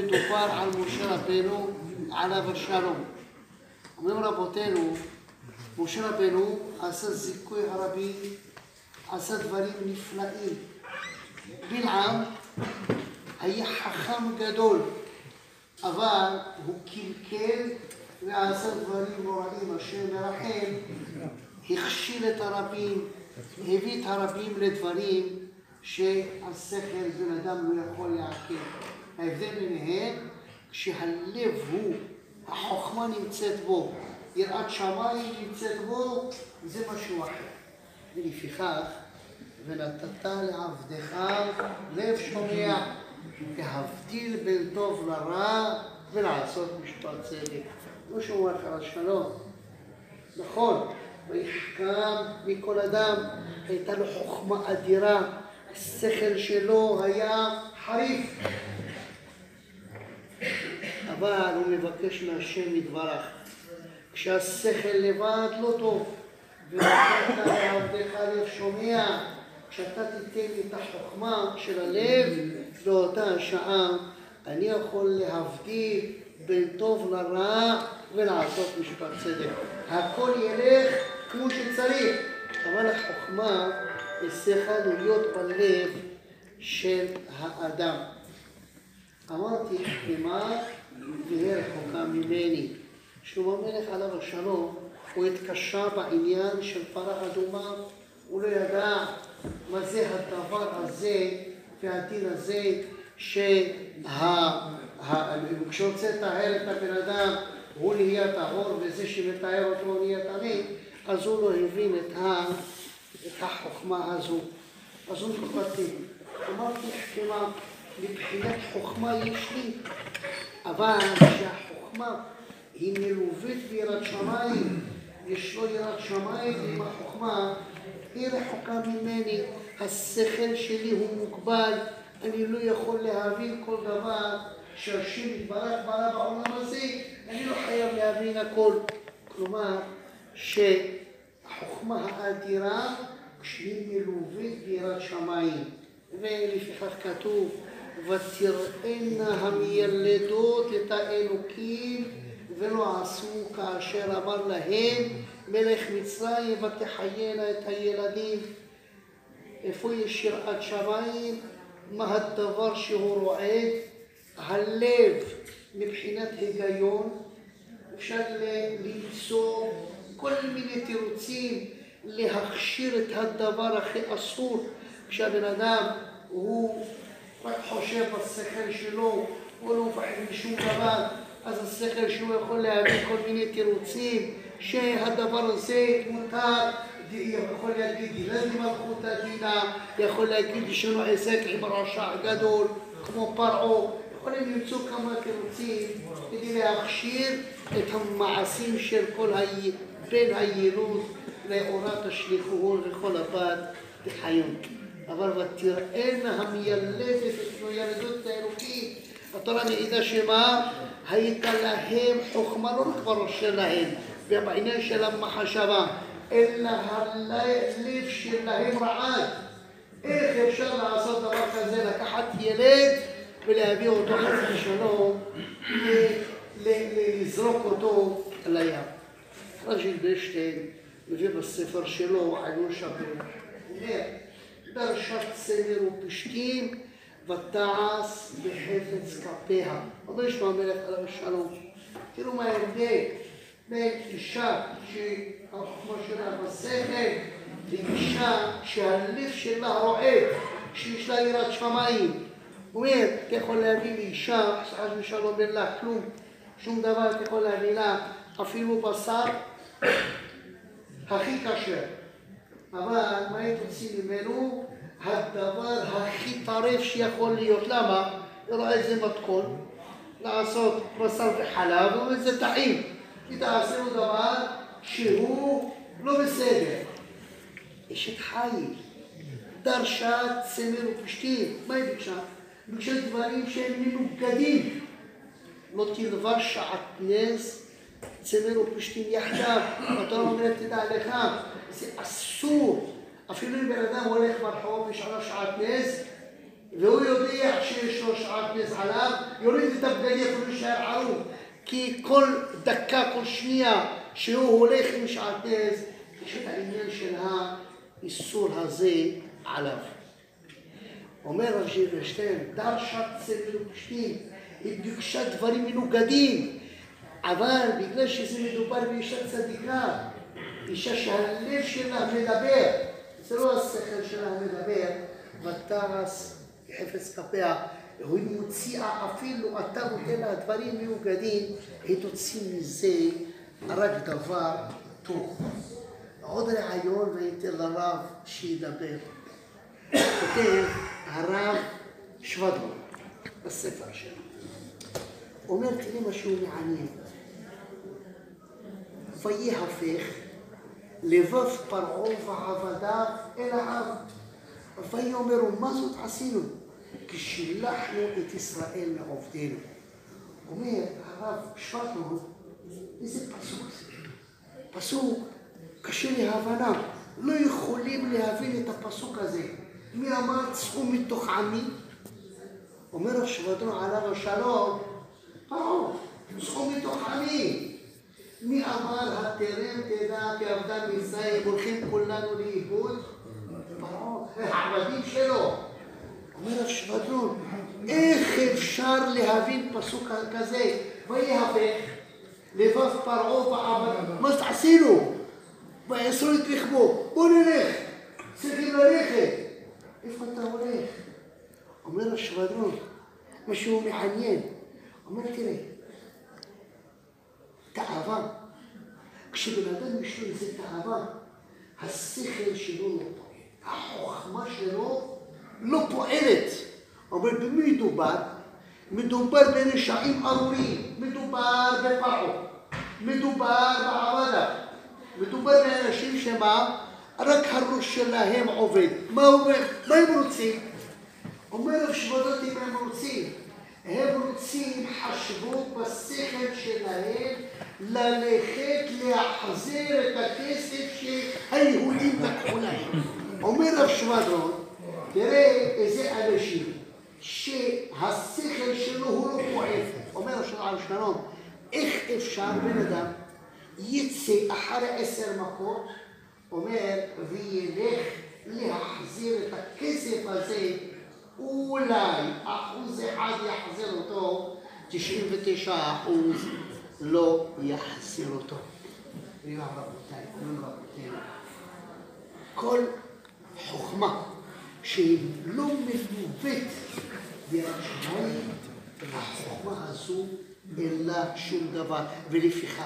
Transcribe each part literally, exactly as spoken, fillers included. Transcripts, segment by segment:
מדובר על משה רבנו, עליו השלום. אומרים רבותינו, משה רבנו עשה זיכוי הרבים, עשה דברים נפלאים. בלעם היה חכם גדול, אבל הוא קלקל ועשה דברים נוראים. השם מרחם, הכשיל את הרבים, הביא את הרבים לדברים שהשכל בן אדם לא יכול לעכל. ההבדל ביניהם, כשהלב הוא, החוכמה נמצאת בו, יראת שמיים נמצאת בו, זה משהו אחר. ולפיכך, ונתת לעבדך לב שומע, להבדיל בין טוב לרע ולעשות משפט צדק. לא שהוא אומר לך שלום. נכון, ויחכם מכל אדם, הייתה לו חוכמה אדירה, השכל שלו היה חריף. אבל הוא מבקש מהשם יתברך, כשהשכל לבד לא טוב, ונתת לעבדך לב שומע, כשאתה תיתן לי את החוכמה של הלב, באותה השעה אני יכול להבדיל בין טוב לרע ולעשות משפט צדק. הכל ילך כמו שצריך, אבל החוכמה צריכה להיות בלב של האדם. אמרתי, חכמה והיא רחוקה ממני. שלמה המלך עליו השלום, הוא התקשה בעניין של פרה אדומה, הוא לא ידע מה זה הדבר הזה והדין הזה, כשרוצה לטהר את הבן אדם הוא נהיה טהור, וזה שמטהר אותו נהיה טמא, אז הוא לא הבין את החוכמה הזו. אז הוא התקפתי, אמרתי חכמה, מבחינת חוכמה יש לי, אבל כשהחוכמה היא מלווית ביראת שמיים, יש לו יראת שמיים עם החוכמה, היא רחוקה ממני, השכל שלי הוא מוגבל, אני לא יכול להבין כל דבר שהשם יתברך ברא בעולם הזה, אני לא חייב להבין הכל. כלומר, שהחוכמה האדירה כשהיא מלווית ביראת שמיים, ולפיכך כתוב, ותראינה המילדות את האלוקים ולא עשו כאשר אמר להם מלך מצרים ותחיינה את הילדים. איפה יש יראת שמיים? מה הדבר שהוא רועד? הלב מבחינת היגיון, אפשר למצוא כל מיני תירוצים להכשיר את הדבר הכי אסור. כשהבן אדם הוא רק חושב בשכל שלו, הוא לא מפחד משום דבר, אז השכל שלו יכול להביא כל מיני תירוצים שהדבר הזה מותר, יכול להגיד ילד מלכות הדינה, יכול להגיד יש לנו עסק עם רשע גדול כמו פרעה, יכולים למצוא כמה תירוצים כדי להכשיר את המעשים של כל בן הילוד לאורת השליחו לכל הבת בחיון. אבל ותראינה המילדת את ילדות האלוקים, התורה מעידה שמה? הייתה להם חוכמה לא רק בראש שלהם ובעניין של המחשבה, אלא הלב שלהם רעד. איך אפשר לעשות דבר כזה, לקחת ילד ולהביא אותו חס ושלום, לזרוק אותו על הים? רג'ל בשטיין מביא בספר שלו עיון שבר, אומר, דרשת צמר ופשתים ותעש בחפץ כפיה. אבל יש מהמלך עליו השלום. תראו מה ההבדל בין אישה שהחוכמה שלה בשכל, לאישה שהלב שלה רועד, שיש לה יראת שמיים. הוא אומר, אתה יכול להביא לאישה, חס ושלום אין לה כלום, שום דבר אתה יכול להביא לה, אפילו בשר הכי כשר. אבל מה היא תוציא ממנו? הדבר הכי טרף שיכול להיות. למה? היא רואה איזה מתכון לעשות בשר וחלב, וזה טעים. היא תעשה לו דבר שהוא לא בסדר. אשת חיל, דרשה צמר ופשתים. מה היא ביקשה? ביקשה דברים שהם מנוגדים. לא תלבש שעטנז צמר ופשתים יחדיו. התורה אומרת, תדע לך, זה אסור. אפילו אם בן אדם הולך ברחוב ויש עליו שעטנז, והוא יודע שיש לו שעטנז עליו, יוריד את הבגדים אפילו להישאר ערוב. כי כל דקה, כל שנייה שהוא הולך עם שעטנז, יש את העניין של האיסור הזה עליו. אומר רב זילברשטיין, דרשת צלם פשטים, היא ביקשה דברים מנוגדים, אבל בגלל שזה מדובר באישה צדיקה, אישה שהלב שלה מדבר, זה לא השכל שלה מדבר, ותרס חפץ כפיה, היא מוציאה אפילו, אתה נותן לה דברים מנוגדים, היא תוציא מזה רק דבר טוב. עוד רעיון והייתי לרב שידבר. כותב הרב שוודרון בספר שלו. אומר תראי משהו מעניין. ויהפך לבב פרעה ועבדיו אל העם. ויאמרו מה זאת עשינו? כי שילחנו את ישראל לעובדינו. אומר הרב שוודרון, איזה פסוק זה? פסוק קשה להבנה. לא יכולים להבין את הפסוק הזה. מי אמר צאו מתוך עמי? אומר רב שוודרון עליו השלום, פרעה, צאו מתוך עמי. מי אמר התרם תדע כי עבדם ישראל הולכים כולנו לאיבוד? פרעה, העבדים שלו. אומר רב שוודרון, איך אפשר להבין פסוק כזה? ויהפך לבב פרעה ועבדיו. מה עשינו? ויאסרו את רכבו, בוא נלך, צריכים ללכת. איפה אתה הולך? אומר שוודרון, משהו מעניין. אומר תראה, תאווה, כשבן אדם יש לו איזה תאווה, השכל שלו לא פועל, החוכמה שלו לא פועלת. אומר במי מדובר? מדובר ברשעים ארורים, מדובר בפרעה, מדובר בעבדיו. מדובר באנשים שמה, רק הראש שלהם עובד. מה אומר? מה הם רוצים? אומר רב שוודרון אם הם רוצים. הם רוצים חשבות בשכל שלהם ללכת להחזיר את הכסף שהיהודים לקחו להם. אומר רב שוודרון, תראה איזה אנשים שהשכל שלו הוא לא פועל. אומר רב שוודרון, איך אפשר בן אדם יצא אחרי עשר מכות, אומר, וילך להחזיר את הכסף הזה, אולי אחוז אחד יחזיר אותו, תשעים ותשעה אחוז לא יחזיר אותו. רבותיי, רבותיי, כל חוכמה שהיא לא מלווית ביראת שמיים, החוכמה הזו אין לה שום דבר, ולפיכך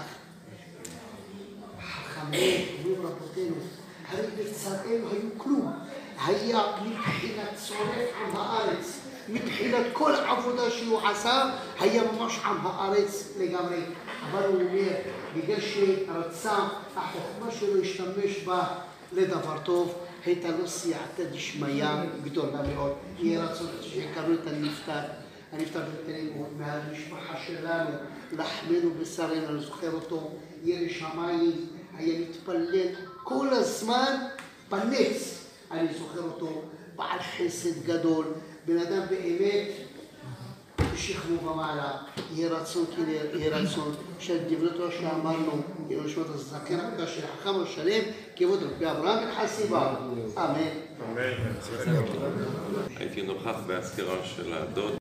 חכמים, אומרים רבותינו, הרי בצלאל היו כלום. היה מבחינת צורף עם הארץ, מבחינת כל עבודה שהוא עשה, היה ממש עם הארץ לגמרי. אבל הוא אומר, בגלל שרצה, החוכמה שלו השתמש בה לדבר טוב, הייתה לו סייעתא דשמיא גדולה מאוד. יהיה רצון שקראו את הנפטר. הנפטר בטרם מהמשפחה שלנו, לחמנו בשרנו, אני זוכר אותו, ירא שמיים. היה מתפלל כל הזמן בנץ. אני זוכר אותו, בעל חסד גדול, בן אדם באמת בשכמו ומעלה. יהיה רצון, כי יהיה רצון של דברי תורה שאמרנו, יהיה נשמת הזקן הקדוש של החכם השלם, כבוד רבי אברהם בן חסיבה. אמן. הייתי נוכח באזכרה של הדוד